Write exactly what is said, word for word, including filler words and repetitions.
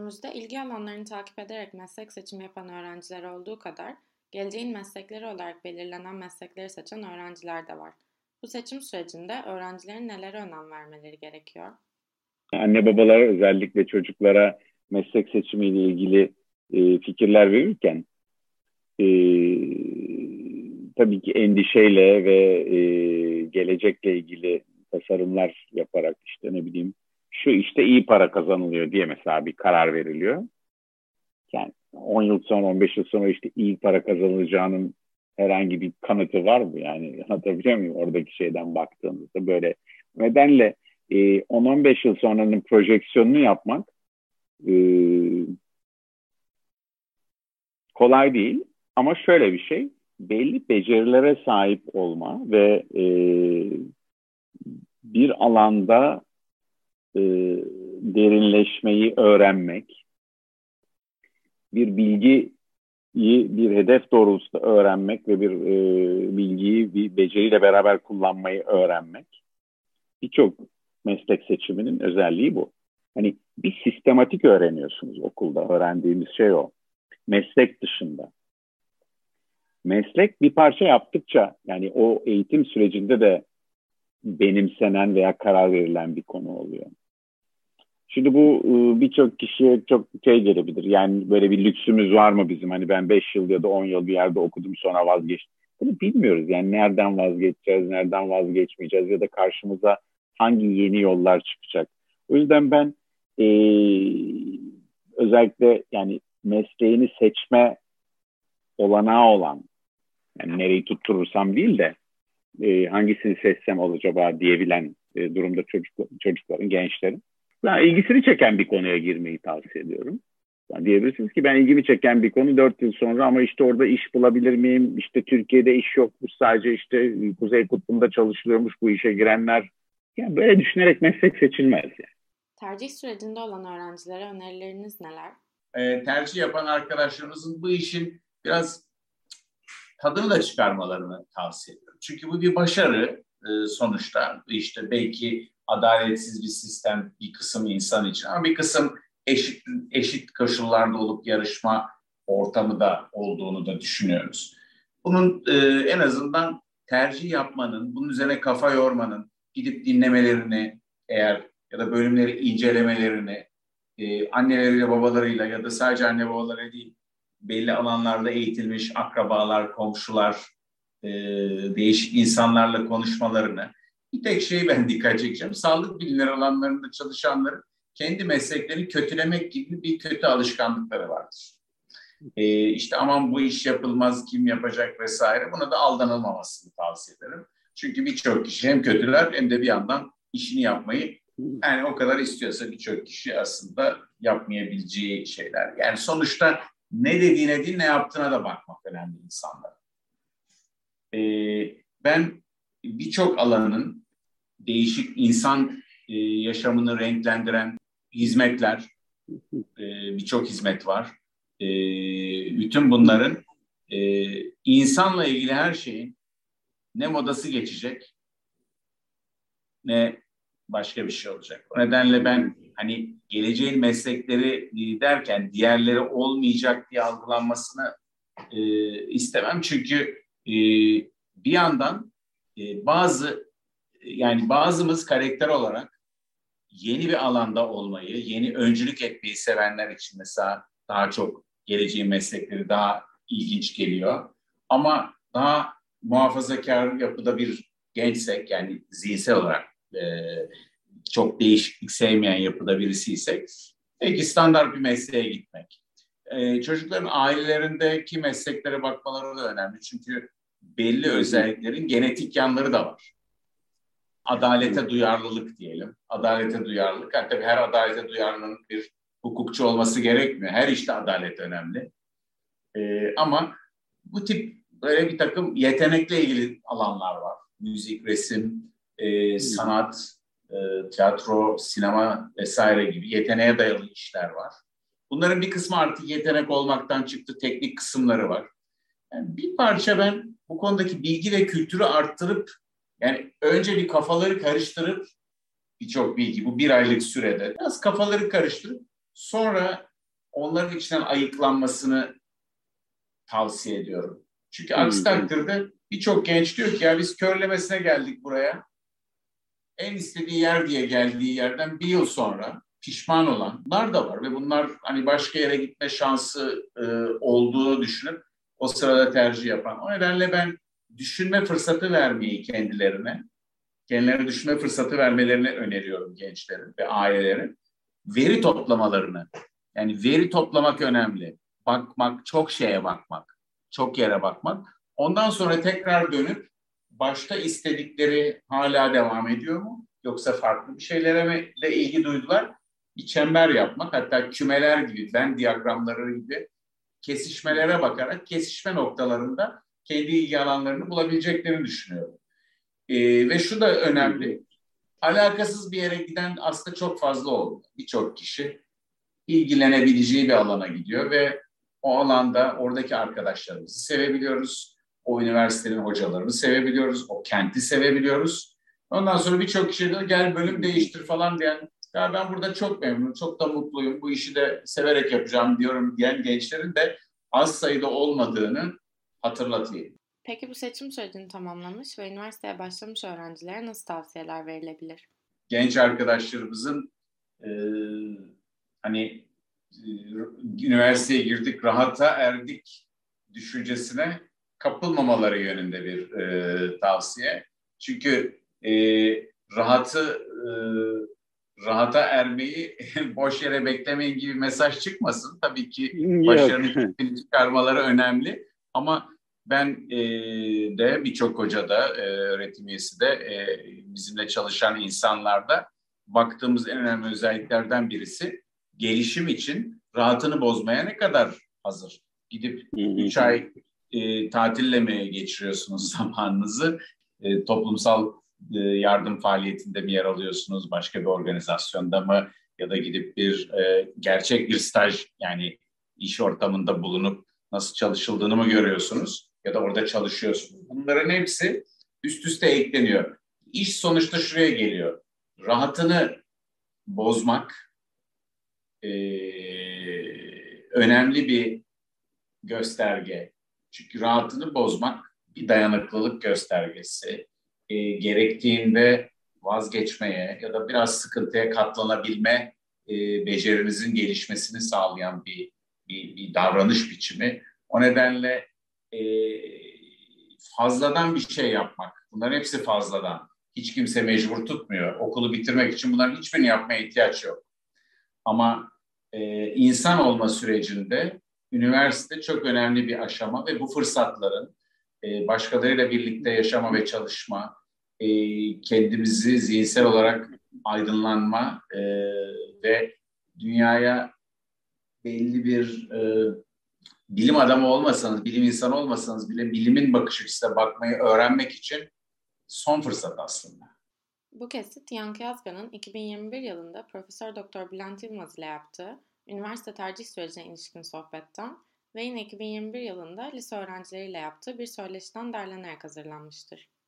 Günümüzde ilgi alanlarını takip ederek meslek seçimi yapan öğrenciler olduğu kadar, geleceğin meslekleri olarak belirlenen meslekleri seçen öğrenciler de var. Bu seçim sürecinde öğrencilerin nelere önem vermeleri gerekiyor? Anne babalar özellikle çocuklara meslek seçimiyle ilgili e, fikirler verirken e, tabii ki endişeyle ve e, gelecekle ilgili tasarımlar yaparak işte ne bileyim şu işte iyi para kazanılıyor diye mesela bir karar veriliyor. Yani on yıl sonra on beş yıl sonra işte iyi para kazanılacağının herhangi bir kanıtı var mı? Yani anlatabiliyor muyum? Oradaki şeyden baktığımızda böyle. Nedenle e, on on beş yıl sonranın projeksiyonunu yapmak e, kolay değil. Ama şöyle bir şey, belli becerilere sahip olma ve e, bir alanda e, derinleşmeyi öğrenmek, bir bilgiyi bir hedef doğrultusunda öğrenmek ve bir e, bilgiyi bir beceriyle beraber kullanmayı öğrenmek. Birçok meslek seçiminin özelliği bu. Hani bir sistematik öğreniyorsunuz okulda. Öğrendiğimiz şey o. Meslek dışında. Meslek bir parça yaptıkça yani o eğitim sürecinde de benimsenen veya karar verilen bir konu oluyor. Şimdi bu birçok kişiye çok şey gelebilir. Yani böyle bir lüksümüz var mı bizim? Hani ben beş yıl ya da on yıl bir yerde okudum sonra vazgeçtim. Bunu bilmiyoruz. Yani nereden vazgeçeceğiz, nereden vazgeçmeyeceğiz ya da karşımıza hangi yeni yollar çıkacak. O yüzden ben e, özellikle yani mesleğini seçme olanağı olan, yani nereyi tutturursam değil de e, hangisini seçsem acaba diyebilen e, durumda çocuk, çocukların, gençlerin. Ben ilgisini çeken bir konuya girmeyi tavsiye ediyorum. Yani diyebilirsiniz ki ben ilgimi çeken bir konu dört yıl sonra ama işte orada iş bulabilir miyim? İşte Türkiye'de iş yokmuş, sadece işte Kuzey Kutbu'nda çalışılıyormuş bu işe girenler. Yani böyle düşünerek meslek seçilmez yani. Tercih sürecinde olan öğrencilere önerileriniz neler? E, tercih yapan arkadaşlarımızın bu işin biraz tadını da çıkarmalarını tavsiye ediyorum. Çünkü bu bir başarı e, sonuçta. İşte belki adaletsiz bir sistem bir kısım insan için ama bir kısım eşit, eşit koşullarda olup yarışma ortamı da olduğunu da düşünüyoruz. Bunun e, en azından tercih yapmanın, bunun üzerine kafa yormanın, gidip dinlemelerini eğer ya da bölümleri incelemelerini e, anneleriyle babalarıyla ya da sadece anne babaları değil, belli alanlarda eğitilmiş akrabalar, komşular, e, değişik insanlarla konuşmalarını. Bir tek şeyi ben dikkat çekeceğim. Sağlık bilimleri alanlarında çalışanların kendi mesleklerini kötülemek gibi bir kötü alışkanlıkları vardır. E, işte aman bu iş yapılmaz, kim yapacak vesaire. Buna da aldanılmamasını tavsiye ederim. Çünkü birçok kişi hem kötüler hem de bir yandan işini yapmayı yani o kadar istiyorsa birçok kişi aslında yapmayabileceği şeyler. Yani sonuçta ne dediğine değil ne yaptığına da bakmak önemli insanlar. Ee, ben birçok alanın değişik insan e, yaşamını renklendiren hizmetler, e, birçok hizmet var. E, bütün bunların e, insanla ilgili her şeyin ne modası geçecek ne başka bir şey olacak. O nedenle ben hani geleceğin meslekleri derken diğerleri olmayacak diye algılanmasını e, istemem. Çünkü e, bir yandan e, bazı yani bazımız karakter olarak yeni bir alanda olmayı, yeni öncülük etmeyi sevenler için mesela daha çok geleceğin meslekleri daha ilginç geliyor. Ama daha muhafazakar yapıda bir gençsek yani zihinsel olarak e, çok değişiklik sevmeyen yapıda birisiysek belki standart bir mesleğe gitmek. Ee, çocukların ailelerindeki mesleklere bakmaları da önemli. Çünkü belli özelliklerin genetik yanları da var. Adalete duyarlılık diyelim. Adalete duyarlılık. Yani tabii her adalete duyarlının bir hukukçu olması gerekmiyor. Her işte adalet önemli. Ee, ama bu tip böyle bir takım yetenekle ilgili alanlar var. Müzik, resim, e, sanat, e, tiyatro, sinema vesaire gibi yeteneğe dayalı işler var. Bunların bir kısmı artık yetenek olmaktan çıktı, teknik kısımları var. Yani bir parça ben bu konudaki bilgi ve kültürü arttırıp, yani önce bir kafaları karıştırıp, birçok bilgi bu bir aylık sürede, biraz kafaları karıştırıp sonra onların içinden ayıklanmasını tavsiye ediyorum. Çünkü aksi takdirde birçok genç diyor ki ya biz körlemesine geldik buraya. En istediği yer diye geldiği yerden bir yıl sonra pişman olanlar da var ve bunlar hani başka yere gitme şansı e, olduğunu düşünüp o sırada tercih yapan. O nedenle ben düşünme fırsatı vermeyi kendilerine, kendilerine düşünme fırsatı vermelerini öneriyorum gençlerin ve ailelerin. Veri toplamalarını, yani veri toplamak önemli. Bakmak, çok şeye bakmak, çok yere bakmak. Ondan sonra tekrar dönüp başta istedikleri hala devam ediyor mu? Yoksa farklı bir şeylere mi de ilgi duydular? Bir çember yapmak, hatta kümeler gibi, Venn diyagramları gibi kesişmelere bakarak kesişme noktalarında kendi ilgi alanlarını bulabileceklerini düşünüyorum. Ee, ve şu da önemli, alakasız bir yere giden aslında çok fazla oldu. Birçok kişi ilgilenebileceği bir alana gidiyor ve o alanda oradaki arkadaşlarımızı sevebiliyoruz. O üniversitenin hocalarını sevebiliyoruz. O kenti sevebiliyoruz. Ondan sonra birçok kişi de gel bölüm değiştir falan diyen, ya ben burada çok memnunum, çok da mutluyum, bu işi de severek yapacağım diyorum diyen gençlerin de az sayıda olmadığını hatırlatayım. Peki bu seçim sürecini tamamlamış ve üniversiteye başlamış öğrencilere nasıl tavsiyeler verilebilir? Genç arkadaşlarımızın e, hani e, üniversiteye girdik, rahata erdik düşüncesine kapılmamaları yönünde bir e, tavsiye. Çünkü e, rahatı e, rahata ermeyi boş yere beklemeyin gibi mesaj çıkmasın. Tabii ki başarının çıkarmaları önemli ama ben e, de birçok hoca da e, öğretim üyesi de e, bizimle çalışan insanlarda baktığımız en önemli özelliklerden birisi gelişim için rahatını bozmaya ne kadar hazır. Gidip üç ay e, tatille mi geçiriyorsunuz zamanınızı? E, toplumsal e, yardım faaliyetinde mi yer alıyorsunuz? Başka bir organizasyonda mı? Ya da gidip bir e, gerçek bir staj, yani iş ortamında bulunup nasıl çalışıldığını mı görüyorsunuz? Ya da orada çalışıyorsunuz. Bunların hepsi üst üste ekleniyor. İş sonuçta şuraya geliyor. Rahatını bozmak e, önemli bir gösterge. Çünkü rahatını bozmak bir dayanıklılık göstergesi. E, gerektiğinde vazgeçmeye ya da biraz sıkıntıya katlanabilme e, becerinizin gelişmesini sağlayan bir, bir, bir davranış biçimi. O nedenle e, fazladan bir şey yapmak. Bunların hepsi fazladan. Hiç kimse mecbur tutmuyor. Okulu bitirmek için bunların hiçbirini yapmaya ihtiyaç yok. Ama e, insan olma sürecinde üniversite çok önemli bir aşama ve bu fırsatların e, başkalarıyla birlikte yaşama ve çalışma, e, kendimizi zihinsel olarak aydınlanma e, ve dünyaya belli bir e, bilim adamı olmasanız, bilim insanı olmasanız bile bilimin bakış açısıyla bakmayı öğrenmek için son fırsat aslında. Bu kesit Yankı Yazgan'ın iki bin yirmi bir yılında Profesör Doktor Bülent Yılmaz ile yaptığı üniversite tercih sürecine ilişkin sohbetten ve yine iki bin yirmi bir yılında lise öğrencileriyle yaptığı bir söyleşiden derlenerek hazırlanmıştır.